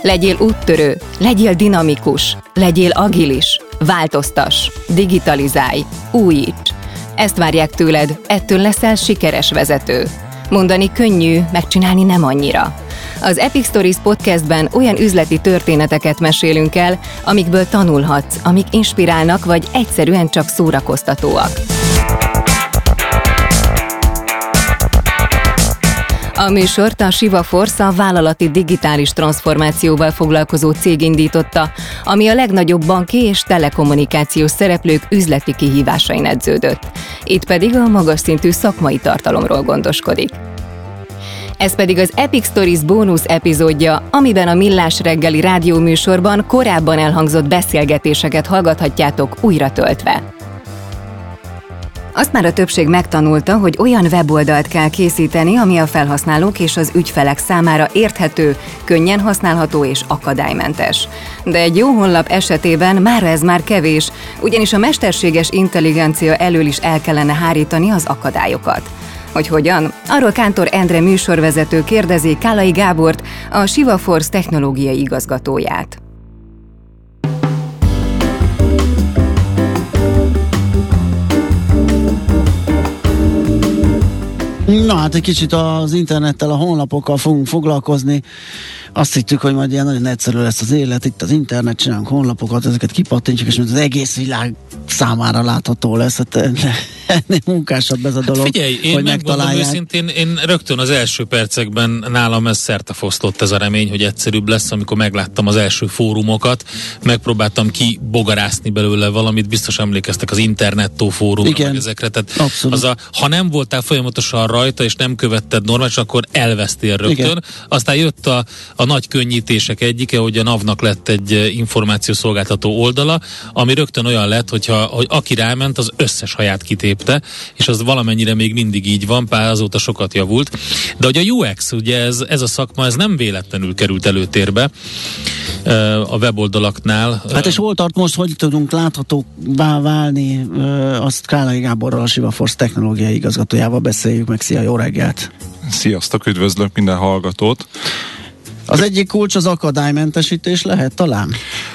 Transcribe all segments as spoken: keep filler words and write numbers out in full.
Legyél úttörő, legyél dinamikus, legyél agilis, változtass, digitalizálj, újíts. Ezt várják tőled, ettől leszel sikeres vezető. Mondani könnyű, megcsinálni nem annyira. Az Epic Stories podcastben olyan üzleti történeteket mesélünk el, amikből tanulhatsz, amik inspirálnak, vagy egyszerűen csak szórakoztatóak. A műsort a Shiva Force, a vállalati digitális transformációval foglalkozó cég indította, ami a legnagyobb banki és telekommunikációs szereplők üzleti kihívásain edződött. Itt pedig a magas szintű szakmai tartalomról gondoskodik. Ez pedig az Epic Stories bónusz epizódja, amiben a Millás reggeli rádióműsorban korábban elhangzott beszélgetéseket hallgathatjátok újra töltve. Azt már a többség megtanulta, hogy olyan weboldalt kell készíteni, ami a felhasználók és az ügyfelek számára érthető, könnyen használható és akadálymentes. De egy jó honlap esetében mára ez már kevés, ugyanis a mesterséges intelligencia elől is el kellene hárítani az akadályokat. Hogy hogyan? Arról Kántor Endre műsorvezető kérdezi Kálai Gábort, a Shiva Force technológiai igazgatóját. Na hát egy kicsit az internettel, a honlapokkal fogunk foglalkozni. Azt hittük, hogy majd ilyen nagyon egyszerű lesz az élet, itt az internet, csinálunk honlapokat, ezeket kipattintjuk, és az egész világ számára látható lesz. Hát ennél munkásabb ez a dolog, hát figyelj, én hogy megmondom őszintén, én rögtön az első percekben nálam ez szertefosztott ez a remény, hogy egyszerűbb lesz, amikor megláttam az első fórumokat, megpróbáltam kibogarászni belőle valamit, biztos emlékeztek az Internettó fórumra, meg ezekre, tehát az a, ha nem voltál folyamatosan rajta, és nem követted normális, akkor elvesztél rögtön. Igen. Aztán jött a, a nagy könnyítések egyike, hogy a NAV-nak lett egy információszolgáltató oldala, ami rögtön olyan lett, hogyha, hogy aki ráment, az összes haját kitépte, és az valamennyire még mindig így van, pár azóta sokat javult. De hogy a U X, ugye ez, ez a szakma, ez nem véletlenül került előtérbe a weboldalaknál. Hát és hol tart most, hogy tudunk láthatóvá válni, azt Kálai Gáborral, a Shiva Force technológiai igazgatójával beszéljük meg. Szia, jó reggelt! Sziasztok, üdvözlök minden hallgatót! Az egyik kulcs az akadálymentesítés lehet talán?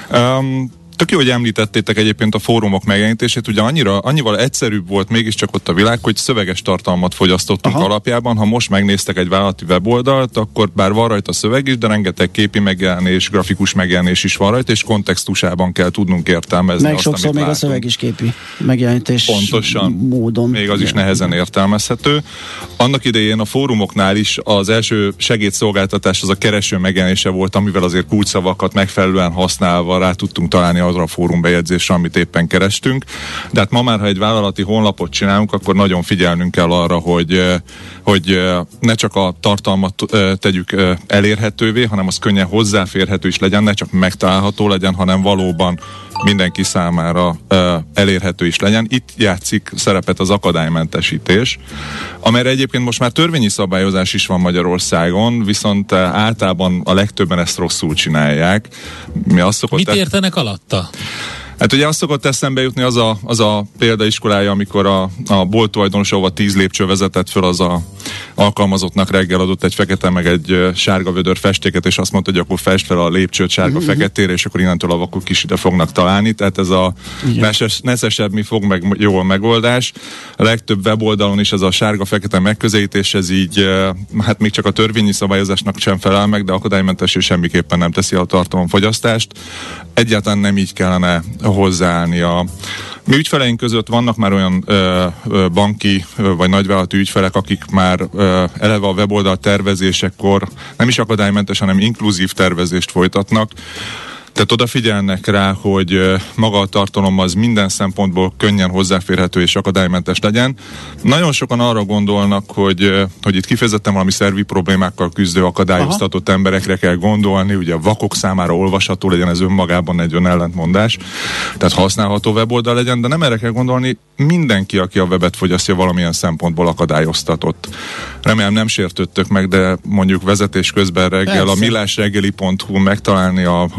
Um, Tök jó, hogy említettétek egyébként a fórumok megjelenítését, ugye annyira, annyival egyszerűbb volt mégiscsak ott a világ, hogy szöveges tartalmat fogyasztottunk. Aha. Alapjában. Ha most megnéztek egy vállalati weboldalt, akkor bár van rajta szöveg is, de rengeteg képi megjelenés, grafikus megjelenés is van rajta, és kontextusában kell tudnunk értelmezni. Meg azt, sokszor még látunk. A szöveg is képi megjelenítés pontosan módon. Még az is nehezen értelmezhető. Annak idején a fórumoknál is az első segédszolgáltatás az a kereső megjelenése volt, amivel azért kulcsszavakat megfelelően használva rá tudtunk találni arra a fórumbejegyzésre, amit éppen kerestünk. De hát ma már, ha egy vállalati honlapot csinálunk, akkor nagyon figyelnünk kell arra, hogy, hogy ne csak a tartalmat tegyük elérhetővé, hanem az könnyen hozzáférhető is legyen, ne csak megtalálható legyen, hanem valóban mindenki számára elérhető is legyen. Itt játszik szerepet az akadálymentesítés, amelyre egyébként most már törvényi szabályozás is van Magyarországon, viszont általában a legtöbben ezt rosszul csinálják. Mi azt szokott Mit értenek alatta? Hát ugye azt szokott eszembe jutni az a, az a példaiskolája, amikor a, a bolttulajdonos, ahova tíz lépcső vezetett föl, az a alkalmazottnak reggel adott egy fekete meg egy sárga vödör festéket, és azt mondta, hogy akkor fest fel a lépcsőt sárga-feketére, és akkor innentől a vakok is ide fognak találni. Tehát ez a neszesebb mi fog meg jó a megoldás. A legtöbb weboldalon is ez a sárga-fekete megközelítés, ez így, hát még csak a törvényi szabályozásnak sem felel meg, de akadálymentes és semmiképpen nem teszi a tartalomfogyasztást. Egyáltalán nem így kellene hozzáállni. A mi ügyfeleink között vannak már olyan ö, ö, banki ö, vagy nagyvállalati ügyfelek, akik már ö, eleve a weboldal tervezésekor nem is akadálymentes, hanem inkluzív tervezést folytatnak. Tehát odafigyelnek rá, hogy maga a tartalom az minden szempontból könnyen hozzáférhető és akadálymentes legyen. Nagyon sokan arra gondolnak, hogy, hogy itt kifejezetten valami szervi problémákkal küzdő akadályoztatott Aha. emberekre kell gondolni, ugye a vakok számára olvasható legyen, ez önmagában egy ellentmondás, tehát használható weboldal legyen, de nem erre kell gondolni, mindenki, aki a webet fogyasztja, valamilyen szempontból akadályoztatott. Remélem nem sértődtök meg, de mondjuk vezetés közben reggel Persze. a millásreggeli pont hu megtalálni a, a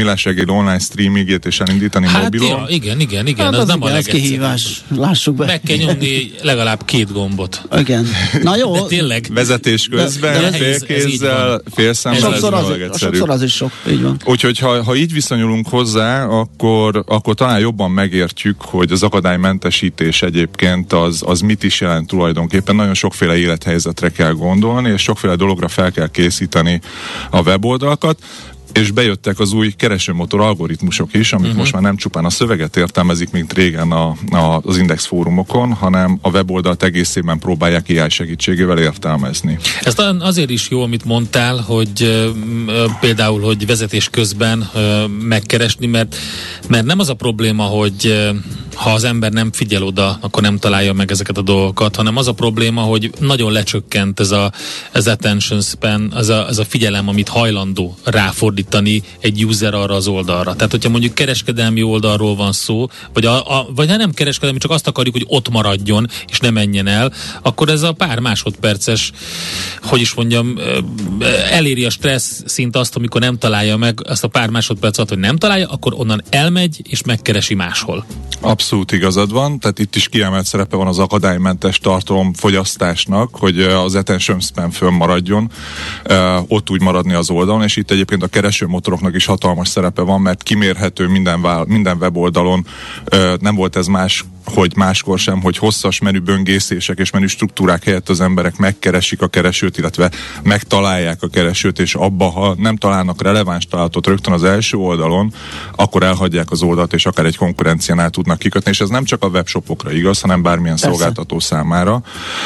Millás reggeli online streamingét és elindítani hát mobilon. Ja, igen, igen, igen, hát az, az nem igen, a legegyszerűbb. kihívás, lássuk be. Meg kell nyomni legalább két gombot. Igen. Na jó. De tényleg. Vezetés közben, de, de félkézzel, félszemmel, ez, sokszor, ez az, a legegyszerűbb. sokszor az is sok, így van. Úgyhogy ha, ha így viszonyulunk hozzá, akkor, akkor talán jobban megértjük, hogy az akadálymentesítés egyébként az, az mit is jelent tulajdonképpen. Nagyon sokféle élethelyzetre kell gondolni, és sokféle dologra fel kell készíteni a weboldalakat. És bejöttek az új keresőmotor algoritmusok is, amik uh-huh. most már nem csupán a szöveget értelmezik, mint régen a, a, az Index fórumokon, hanem a weboldalt egészében próbálják á i segítségével értelmezni. Ez azért is jó, amit mondtál, hogy uh, például, hogy vezetés közben uh, megkeresni, mert, mert nem az a probléma, hogy uh, ha az ember nem figyel oda, akkor nem találja meg ezeket a dolgokat, hanem az a probléma, hogy nagyon lecsökkent ez a ez attention span, ez a, ez a figyelem, amit hajlandó ráfordítani egy user arra az oldalra. Tehát, hogyha mondjuk kereskedelmi oldalról van szó, vagy, a, a, vagy ha nem kereskedelmi, csak azt akarjuk, hogy ott maradjon, és ne menjen el, akkor ez a pár másodperces, hogy is mondjam, eléri a stressz szint azt, amikor nem találja meg azt a pár másodperc alatt, hogy nem találja, akkor onnan elmegy, és megkeresi máshol. Abszolút igazad van, tehát itt is kiemelt szerepe van az akadálymentes tartalomfogyasztásnak, hogy az attention span fönnmaradjon, ott úgy maradni az oldalon, és itt egyébként a keresőmotoroknak is hatalmas szerepe van, mert kimérhető minden, vál, minden weboldalon, nem volt ez más, hogy máskor sem, hogy hosszas menüböngészések és menü struktúrák helyett az emberek megkeresik a keresőt, illetve megtalálják a keresőt, és abba, ha nem találnak releváns találatot rögtön az első oldalon, akkor elhagyják az oldalt, és akár egy konkurenciánál tudnak kikötni, és ez nem csak a webshopokra igaz, hanem bármilyen Persze. szolgáltató számára.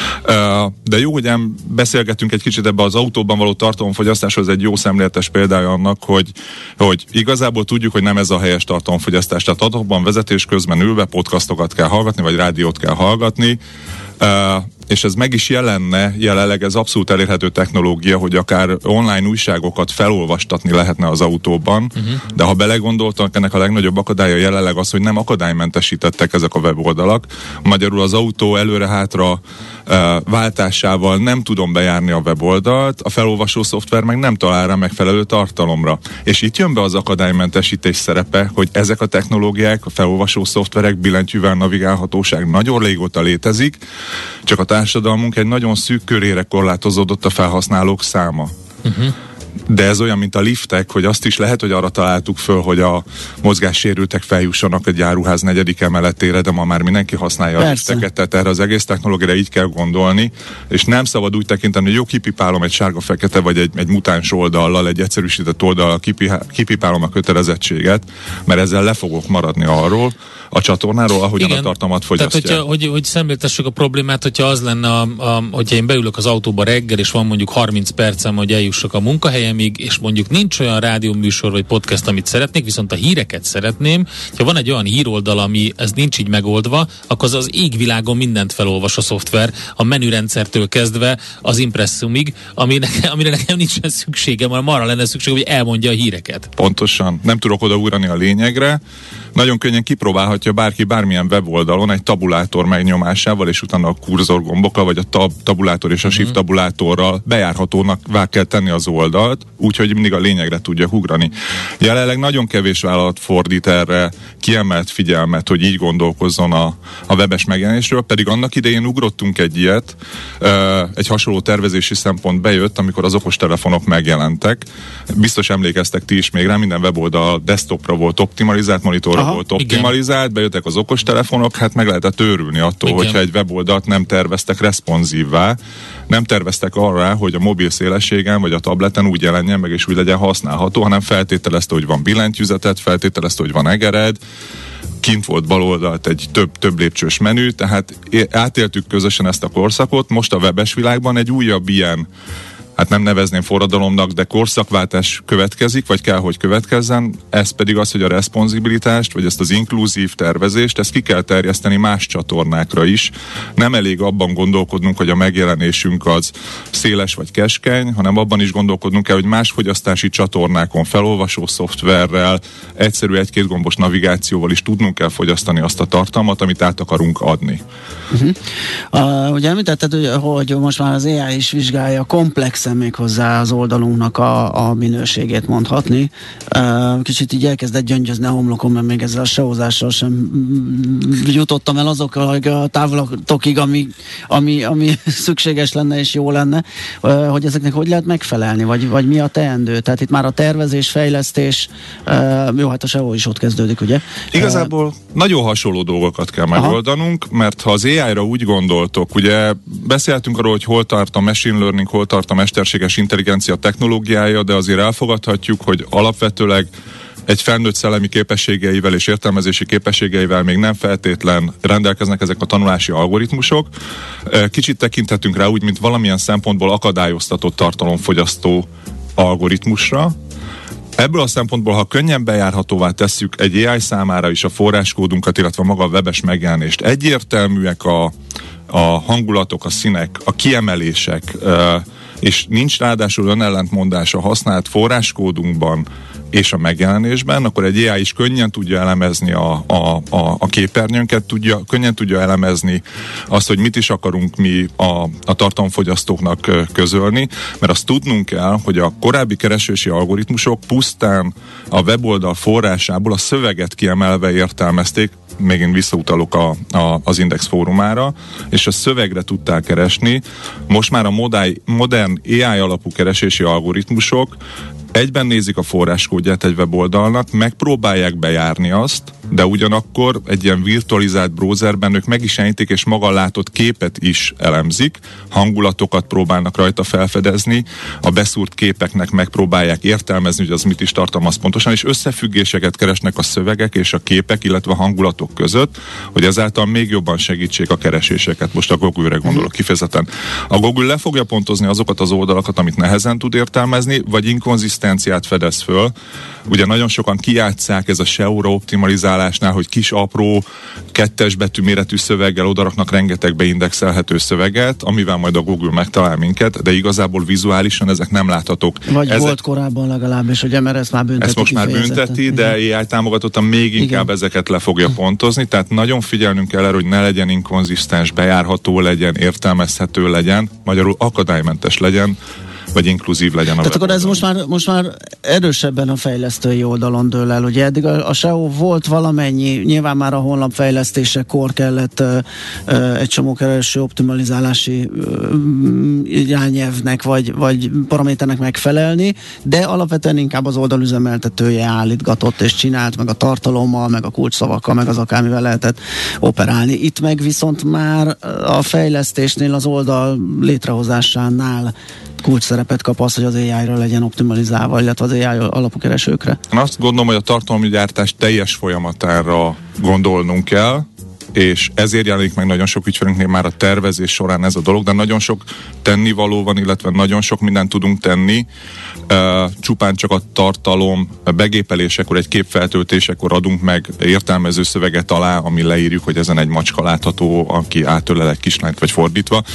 De jó, hogy beszélgetünk egy kicsit ebbe az autóban való tartalomfogyasztáshoz, egy jó szemléletes példája annak, hogy, hogy igazából tudjuk, hogy nem ez a helyes tartalomfogyasztás. Tehát autóban vezetés közben ülve podcastokat kell hallgatni, vagy rádiót kell hallgatni, uh, és ez meg is jelenne, jelenleg ez abszolút elérhető technológia, hogy akár online újságokat felolvastatni lehetne az autóban, uh-huh. de ha belegondoltak, ennek a legnagyobb akadálya jelenleg az, hogy nem akadálymentesítettek ezek a weboldalak. Magyarul az autó előre-hátra uh, váltásával nem tudom bejárni a weboldalt, a felolvasó szoftver meg nem talál rá megfelelő tartalomra. És itt jön be az akadálymentesítés szerepe, hogy ezek a technológiák, a felolvasó szoftverek, billentyűvel navigálhatóság nagyon régóta létezik, csak a társadalmunk egy nagyon szűk körére korlátozódott a felhasználók száma. Uh-huh. De ez olyan, mint a liftek, hogy azt is lehet, hogy arra találtuk föl, hogy a mozgássérültek feljussanak egy áruház negyedik emeletére, de ma már mindenki használja Persze. a lifteket, tehát erre az egész technológiára így kell gondolni, és nem szabad úgy tekinteni, hogy jó, kipipálom egy sárga-fekete, vagy egy, egy mutáns oldallal, egy egyszerűsített oldallal kipipálom a kötelezettséget, mert ezzel le fogok maradni arról, a csatornáról, ahogyan Igen, a tartalmat fogyasztják. Tehát, hogyha, hogy, hogy szemléltessük a problémát, hogyha az lenne, a, a, hogyha én beülök az autóba reggel, és van mondjuk harminc percem, hogy eljussak a munkahelyemig, és mondjuk nincs olyan rádióműsor vagy podcast, amit szeretnék, viszont a híreket szeretném. Ha van egy olyan híroldal, ami ez nincs így megoldva, akkor az, az égvilágon mindent felolvas a szoftver, a menürendszertől kezdve az impresszumig, amire, amire nekem nincsen szükségem, hanem arra lenne szükség, hogy elmondja a híreket. Pontosan. Nem tudok odaúrani a lényegre. Nagyon könnyen kipróbálhatja bárki bármilyen weboldalon egy tabulátor megnyomásával, és utána a kurzorgombokkal, vagy a tab, tabulátor és a shift tabulátorral bejárhatónak vár kell tenni az oldalt, úgyhogy mindig a lényegre tudja ugrani. Jelenleg nagyon kevés vállalat fordít erre kiemelt figyelmet, hogy így gondolkozzon a, a webes megjelenésről, pedig annak idején ugrottunk egy ilyet, egy hasonló tervezési szempont bejött, amikor az okostelefonok megjelentek. Biztos emlékeztek ti is még rá, minden weboldal desktopra volt optimalizált, monitorra Aha, volt optimalizált, igen. Bejöttek az okostelefonok, hát meg lehetett őrülni attól, igen. hogyha egy weboldalt nem terveztek responsívvá, nem terveztek arra, hogy a mobil szélességen vagy a tableten úgy jelenjen meg és úgy legyen használható, hanem feltételezte, hogy van billentyűzetet, feltételezte, hogy van egered, kint volt bal oldalt egy több, több lépcsős menü, tehát átéltük közösen ezt a korszakot, most a webes világban egy újabb ilyen, hát nem nevezném forradalomnak, de korszakváltás következik, vagy kell, hogy következzen, ez pedig az, hogy a responsibilitást, vagy ezt az inkluzív tervezést, ezt ki kell terjeszteni más csatornákra is. Nem elég abban gondolkodnunk, hogy a megjelenésünk az széles vagy keskeny, hanem abban is gondolkodnunk kell, hogy más fogyasztási csatornákon, felolvasó szoftverrel, egyszerű egy-két gombos navigációval is tudnunk kell fogyasztani azt a tartalmat, amit át akarunk adni. Uh-huh. Uh, ugye említetted, hogy most már az á i is vizsgálja komplex egészen még hozzá az oldalunknak a, a minőségét mondhatni. Kicsit így elkezdett gyöngyözni a homlokom, mert még ezzel a seózással sem jutottam el azokkal a távlatokig, ami, ami, ami szükséges lenne és jó lenne, hogy ezeknek hogy lehet megfelelni, vagy, vagy mi a teendő. Tehát itt már a tervezés, fejlesztés, jó, hát a es e o is ott kezdődik, ugye? Igazából nagyon hasonló dolgokat kell megoldanunk, Aha. mert ha az á í-ra úgy gondoltok, ugye beszéltünk arról, hogy hol tart a machine learning, hol tart a mesterséges intelligencia technológiája, de azért elfogadhatjuk, hogy alapvetőleg egy felnőtt szellemi képességeivel és értelmezési képességeivel még nem feltétlen rendelkeznek ezek a tanulási algoritmusok. Kicsit tekinthetünk rá úgy, mint valamilyen szempontból akadályoztatott tartalomfogyasztó algoritmusra. Ebből a szempontból, ha könnyen bejárhatóvá tesszük egy á í számára is a forráskódunkat, illetve maga a webes megjelenést, egyértelműek a, a hangulatok, a színek, a kiemelések, és nincs ráadásul önellentmondás a használt forráskódunkban és a megjelenésben, akkor egy á í is könnyen tudja elemezni a, a, a, a képernyőnket, tudja, könnyen tudja elemezni azt, hogy mit is akarunk mi a, a tartalomfogyasztóknak közölni, mert azt tudnunk kell, hogy a korábbi keresési algoritmusok pusztán a weboldal forrásából a szöveget kiemelve értelmezték, megint visszautalok a, a, az Index fórumára, és a szövegre tudták keresni. Most már a modály, modern á í alapú keresési algoritmusok egyben nézik a forráskódját egy weboldalnak, megpróbálják bejárni azt, de ugyanakkor egy ilyen virtualizált browserben ők meg is jelentik, és maga látott képet is elemzik, hangulatokat próbálnak rajta felfedezni, a beszúrt képeknek megpróbálják értelmezni, hogy az mit is tartalmaz pontosan, és összefüggéseket keresnek a szövegek és a képek, illetve a hangulatok között, hogy ezáltal még jobban segítsék a kereséseket. Most a Google-re gondolok kifejezetten. A Google le fogja pontozni azokat az oldalakat, amit nehezen tud értelmezni, vagy inkonzisztenciát fedez föl. Ugye nagyon sokan kijátsszák ez a es e o-ra optimalizálásnál, hogy kis, apró, kettes betű méretű szöveggel odaraknak rengeteg beindexelhető szöveget, amivel majd a Google megtalál minket, de igazából vizuálisan ezek nem láthatók. Vagy ezek... volt korábban legalábbis, ugye, mert ezt már bünteti. Ezt most már bünteti, de á í támogatottan még inkább Igen. ezeket le fogja pontozni, tehát nagyon figyelnünk kell erre, hogy ne legyen inkonzisztens, bejárható legyen, értelmezhető legyen, magyarul akadálymentes legyen, vagy inkluzív legyen a Tehát akkor ez most már, most már erősebben a fejlesztői oldalon dől el. Ugye eddig a, a es e o volt valamennyi, nyilván már a honlap fejlesztésekor kellett uh, uh, egy csomó kereső optimalizálási uh, irányelvnek vagy, vagy paraméternek megfelelni, de alapvetően inkább az oldalüzemeltetője állítgatott és csinált, meg a tartalommal, meg a kulcsszavakkal, meg az akármivel lehetett operálni. Itt meg viszont már a fejlesztésnél, az oldal létrehozásánál kulcs szerepet kap az, hogy az á í-ra legyen optimalizálva, illetve az á í alapú keresőkre. Én azt gondolom, hogy a tartalomgyártás teljes folyamatára gondolnunk kell, és ezért jelenik meg nagyon sok ügyfelünknél már a tervezés során ez a dolog, de nagyon sok tennivaló van, illetve nagyon sok mindent tudunk tenni. Uh, csupán csak a tartalom a begépelésekor, egy képfeltöltésekor adunk meg értelmező szöveget alá, ami leírjuk, hogy ezen egy macska látható, aki átölel egy kislányt, vagy fordítva. Uh,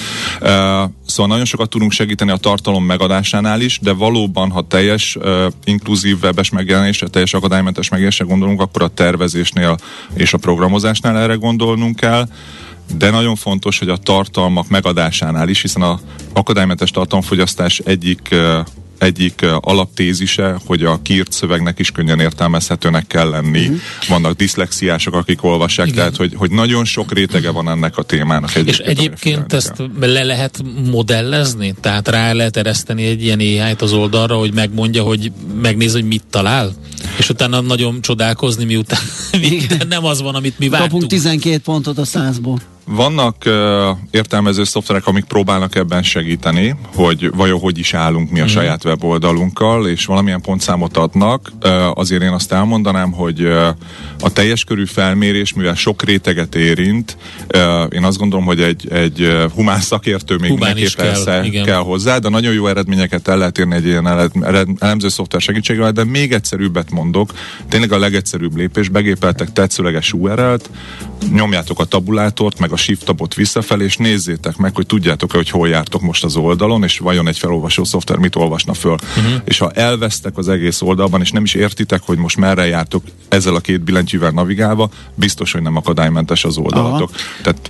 szóval nagyon sokat tudunk segíteni a tartalom megadásánál is, de valóban, ha teljes uh, inkluzív webes megjelenésre, teljes akadálymentes megjelenésre gondolunk, akkor a tervezésnél és a programozásnál erre gondolnunk kell, de nagyon fontos, hogy a tartalmak megadásánál is, hiszen az akadálymentes tartalomfogyasztás egyik uh, egyik uh, alaptézise, hogy a kiírt szövegnek is könnyen értelmezhetőnek kell lenni. Uh-huh. Vannak diszlexiások, akik olvassák, Igen. tehát hogy, hogy nagyon sok rétege van ennek a témának. És egyébként ezt kell. Le lehet modellezni? Tehát rá lehet ereszteni egy ilyen á í-t az oldalra, hogy megmondja, hogy megnéz, hogy mit talál? És utána nagyon csodálkozni, miután, miután nem az van, amit mi vártunk. Kapunk tizenkét pontot a százból. Vannak uh, értelmező szoftverek, amik próbálnak ebben segíteni, hogy vajon hogy is állunk mi a mm. saját weboldalunkkal, és valamilyen pontszámot adnak. Uh, azért én azt elmondanám, hogy uh, a teljes körű felmérés, mivel sok réteget érint, uh, én azt gondolom, hogy egy, egy uh, humán szakértő még mindenképpen kell, kell hozzá, de nagyon jó eredményeket el lehet érni egy ilyen elemző szoftver segítségével, de még egyszerűbbet mondok, tényleg a legegyszerűbb lépés, begépeltek tetszőleges u er el-t, nyomjátok a tabulátort, meg a shift tabot visszafelé, és nézzétek meg, hogy tudjátok-e, hogy hol jártok most az oldalon, és vajon egy felolvasó szoftver mit olvasna föl. Uh-huh. És ha elvesztek az egész oldalban, és nem is értitek, hogy most merre jártok ezzel a két billentyűvel navigálva, biztos, hogy nem akadálymentes az oldalatok. Aha. Tehát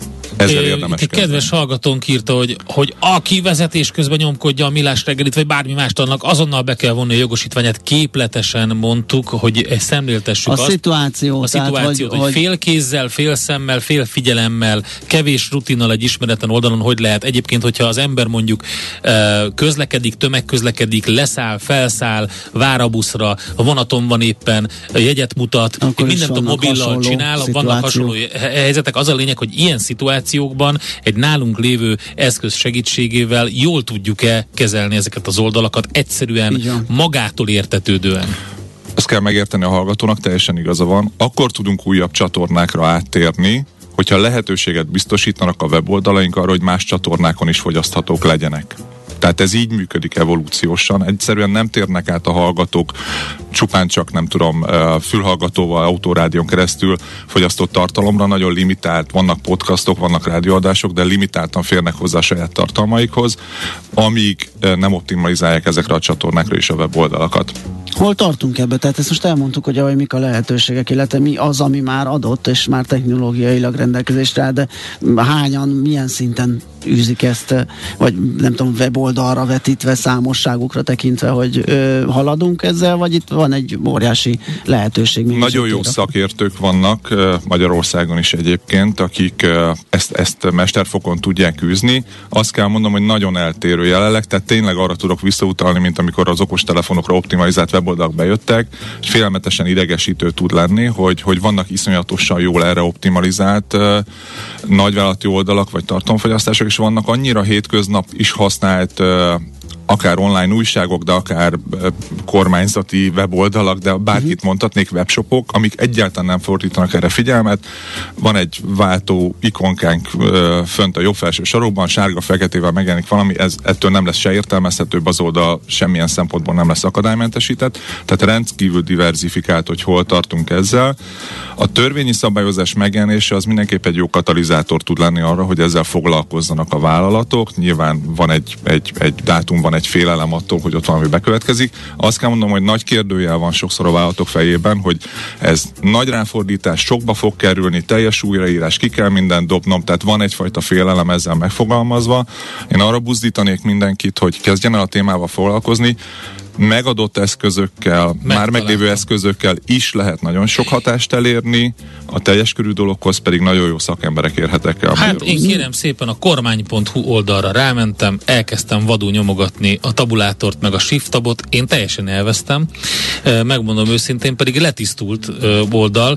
Ezzel érdemes Egy kedves hallgatónk írta, hogy, hogy aki vezetés közben nyomkodja a Millás reggelit, vagy bármi mást, annak azonnal be kell vonni a jogosítványát. Képletesen mondtuk, hogy szemléltessük a azt, szituációt, a szituációt, tehát, hogy, hogy fél kézzel, fél szemmel, fél figyelemmel, kevés rutinnal egy ismeretlen oldalon hogy lehet. Egyébként, hogyha az ember mondjuk közlekedik, tömegközlekedik, leszáll, felszáll, vár a buszra, a vonaton van éppen, jegyet mutat, mindent a mobillal csinál, vannak hasonló helyzetek. Az a lényeg, hogy ilyen szituációkban egy nálunk lévő eszköz segítségével jól tudjuk-e kezelni ezeket az oldalakat, egyszerűen magától értetődően. Azt kell megérteni a hallgatónak, teljesen igaza van. Akkor tudunk újabb csatornákra áttérni, hogyha lehetőséget biztosítanak a weboldalaink arra, hogy más csatornákon is fogyaszthatók legyenek. Tehát ez így működik evolúciósan. Egyszerűen nem térnek át a hallgatók csupán csak, nem tudom, fülhallgatóval, autórádión keresztül fogyasztott tartalomra, nagyon limitált, vannak podcastok, vannak rádióadások, de limitáltan férnek hozzá a saját tartalmaikhoz, amíg nem optimalizálják ezekre a csatornákra is a weboldalakat. Hol tartunk ebbe? Tehát ezt most elmondtuk, hogy ahogy mik a lehetőségek, illetve mi az, ami már adott, és már technológiailag rendelkezésre áll, de hányan, milyen szinten űzik ezt, vagy nem tudom, weboldalra vetítve, számosságukra tekintve, hogy ö, haladunk ezzel, vagy itt van egy óriási lehetőség. Nagyon jó szakértők vannak Magyarországon is egyébként, akik ezt, ezt mesterfokon tudják űzni. Azt kell mondom, hogy nagyon eltérő jelenleg, tehát tényleg arra tudok visszautalni, mint amikor az okostelefonokra optimalizált weboldalak bejöttek, és félelmetesen idegesítő tud lenni, hogy, hogy vannak iszonyatosan jól erre optimalizált uh, nagyvállalati oldalak, vagy tartalomfogyasztások, és vannak annyira hétköznap is használt uh, akár online újságok, de akár uh, kormányzati weboldalak, de bárkit uh-huh. mondhatnék, webshopok, amik egyáltalán nem fordítanak erre figyelmet. Van egy váltó ikonkánk uh, fönt a jobb felső sarokban, sárga-feketével megjelenik valami, ez ettől nem lesz se értelmezhetőbb, az oldal semmilyen szempontból nem lesz akadálymentesített, tehát rendkívül diverzifikált, hogy hol tartunk ezzel. A törvényi szabályozás megjelenése az mindenképp egy jó katalizátor tud lenni arra, hogy ezzel foglalkozzanak a vállalatok. Nyilván van egy, egy, egy dátum, van egy félelem attól, hogy ott valami bekövetkezik. Azt kell mondom, hogy nagy kérdőjel van sokszor a vállalatok fejében, hogy ez nagy ráfordítás, sokba fog kerülni, teljes újraírás, ki kell mindent dobnom, tehát van egyfajta félelem ezzel megfogalmazva. Én arra buzdítanék mindenkit, hogy kezdjen el a témával foglalkozni, megadott eszközökkel, Megtaláltam. már meglévő eszközökkel is lehet nagyon sok hatást elérni, a teljes körű dologhoz pedig nagyon jó szakemberek érhetek el. Hát én kérem szépen a kormány pont hu oldalra rámentem, elkezdtem vadul nyomogatni a tabulátort meg a shift tabot, én teljesen elvesztem, megmondom őszintén, pedig letisztult oldal,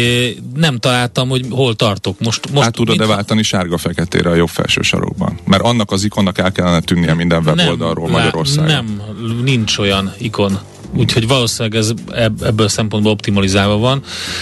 nem találtam, hogy hol tartok. Most, most hát tudod-e váltani sárga-feketére a jobb felső sarokban? Mert annak az ikonnak el kellene tűnnie minden weboldalról Magyarországon. Nem, nincs olyan ikon. Úgyhogy valószínűleg ez ebből szempontból optimalizálva van.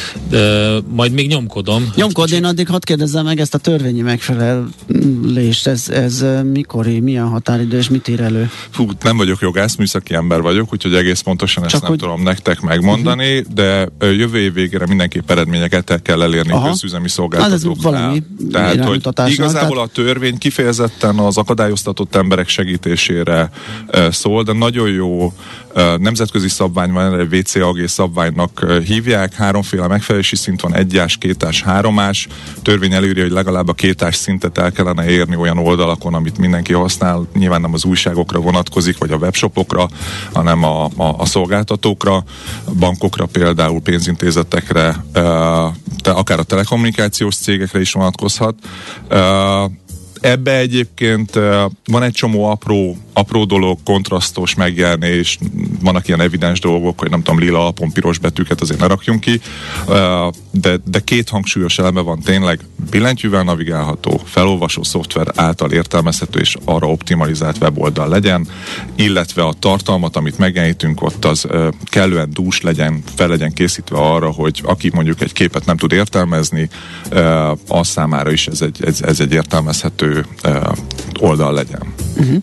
De majd még nyomkodom. Nyomkod, én addig hadd kérdezzem meg ezt a törvényi megfelelést. Ez, ez mikori, milyen határidő, és mit ír elő? Fú, nem vagyok jogász, műszaki ember vagyok, úgyhogy egész pontosan ezt Csak nem hogy... tudom nektek megmondani, uh-huh. de jövő év végére mindenképp eredményeket kell elérni a közüzemi szolgáltatóknál. Tehát, hogy igazából tehát... a törvény kifejezetten az akadályoztatott emberek segítésére szól, de nagyon jó nemzetközi szabvány van, egy vé cé á gé szabványnak hívják, háromféle megfelelési szint van, egyás, kétás, háromás. Törvény előírja, hogy legalább a kétás szintet el kellene érni olyan oldalakon, amit mindenki használ. Nyilván nem az újságokra vonatkozik, vagy a webshopokra, hanem a, a, a szolgáltatókra, a bankokra például, pénzintézetekre, de akár a telekommunikációs cégekre is vonatkozhat. Ebbe egyébként van egy csomó apró, apró dolog, kontrasztos megjelenés, vannak ilyen evidens dolgok, hogy nem tudom, lila alapon piros betűket azért ne rakjunk ki, de, de két hangsúlyos eleme van tényleg, billentyűvel navigálható, felolvasó szoftver által értelmezhető és arra optimalizált weboldal legyen, illetve a tartalmat, amit megjelenítünk ott, az kellően dús legyen, fel legyen készítve arra, hogy aki mondjuk egy képet nem tud értelmezni, az számára is ez egy, ez, ez egy értelmezhető oldal legyen. Uh-huh.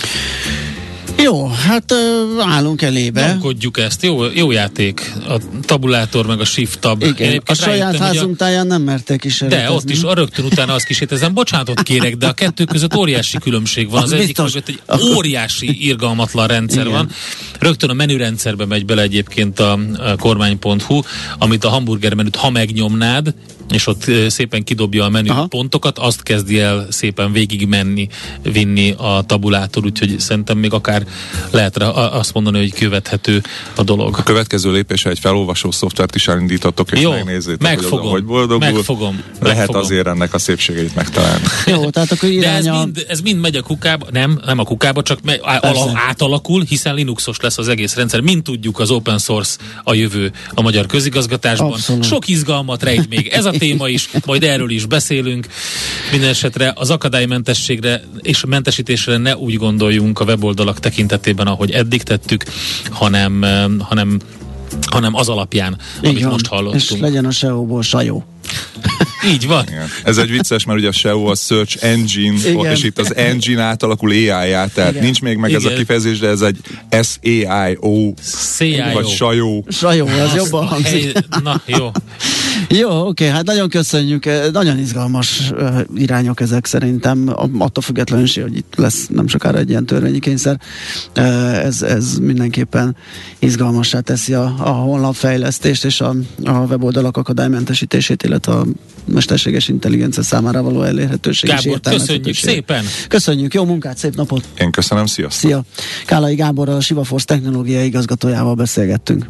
Jó, hát uh, állunk elébe. Nyomkodjuk ezt, jó, jó játék. A tabulátor meg a shift tab. Igen, a saját házunk táján nem mertek kísérletezni. De ott is a rögtön utána azt kísérletezem. Bocsánatot kérek, de a kettő között óriási különbség van. Az, az egyik mögött egy óriási irgalmatlan rendszer Igen. van. Rögtön a menürendszerbe megy bele egyébként a, a kormány pont hu, amit a hamburger menüt, ha megnyomnád, és ott szépen kidobja a menü Aha. pontokat, azt kezdi el szépen végig menni, vinni a tabulátor, úgyhogy szerintem még akár lehet rá azt mondani, hogy követhető a dolog. A következő lépésre egy felolvasó szoftvert is elindítatok, és jó, megnézzétek, megfogom, hogy, hogy boldogul. Megfogom, lehet megfogom. azért ennek a szépségeit megtalálni. Jó, tehát akkor irány De ez a... mind, ez mind megy a kukába, nem, nem a kukába, csak me, ala, átalakul, hiszen Linuxos lesz az egész rendszer. Mind tudjuk, az open source a jövő a magyar közigazgatásban. Abszolút. Sok izgalmat rejt még ez a téma is, majd erről is beszélünk. Minden esetre az akadálymentességre és mentesítésre ne úgy gondoljunk a weboldalak tekintetében, ahogy eddig tettük, hanem, hanem, hanem az alapján, így amit van. most hallottunk. És legyen a es e o-ból sajó. Így van. Igen. Ez egy vicces, mert ugye a es e o a Search Engine, Igen. és itt az engine átalakul á í-já, tehát Igen. nincs még meg Igen. ez a kifejezés, de ez egy es á i o, C I O. vagy sajó. Sajó, az jobban hangzik. Hey, na, jó. Jó, oké, hát nagyon köszönjük, nagyon izgalmas uh, irányok ezek szerintem, attól függetlenül is, hogy itt lesz nem sokára egy ilyen törvényi kényszer. Uh, ez, ez mindenképpen izgalmassá teszi a, a honlapfejlesztést és a, a weboldalak akadálymentesítését, illetve a mesterséges intelligencia számára való elérhetőség. Gábor, köszönjük szépen! Köszönjük, jó munkát, szép napot! Én köszönöm, sziasztok! Szia! Kálai Gáborral, a SivaForce technológiai igazgatójával beszélgettünk.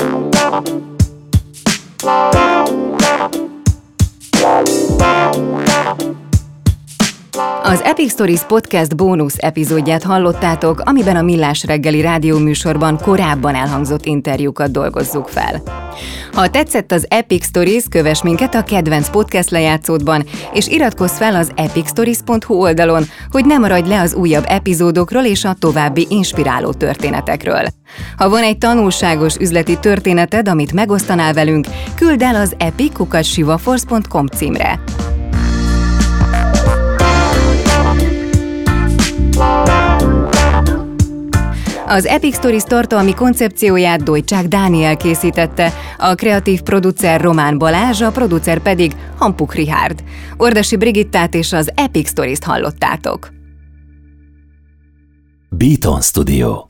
Az Epic Stories Podcast bónusz epizódját hallottátok, amiben a Millás reggeli rádióműsorban korábban elhangzott interjúkat dolgozzuk fel. Ha tetszett az Epic Stories, kövess minket a kedvenc podcast lejátszódban, és iratkozz fel az epic stories pont hu oldalon, hogy ne maradj le az újabb epizódokról és a további inspiráló történetekről. Ha van egy tanulságos üzleti történeted, amit megosztanál velünk, küldd el az epic kukac sivaforce pont com címre. Az Epic Stories tartalmi koncepcióját Dojcsák Dániel készítette, a kreatív producer Román Balázs, a producer pedig Hampuk Richárd. Ordasi Brigittát és az Epic Stories-t hallottátok. Beaton Studio.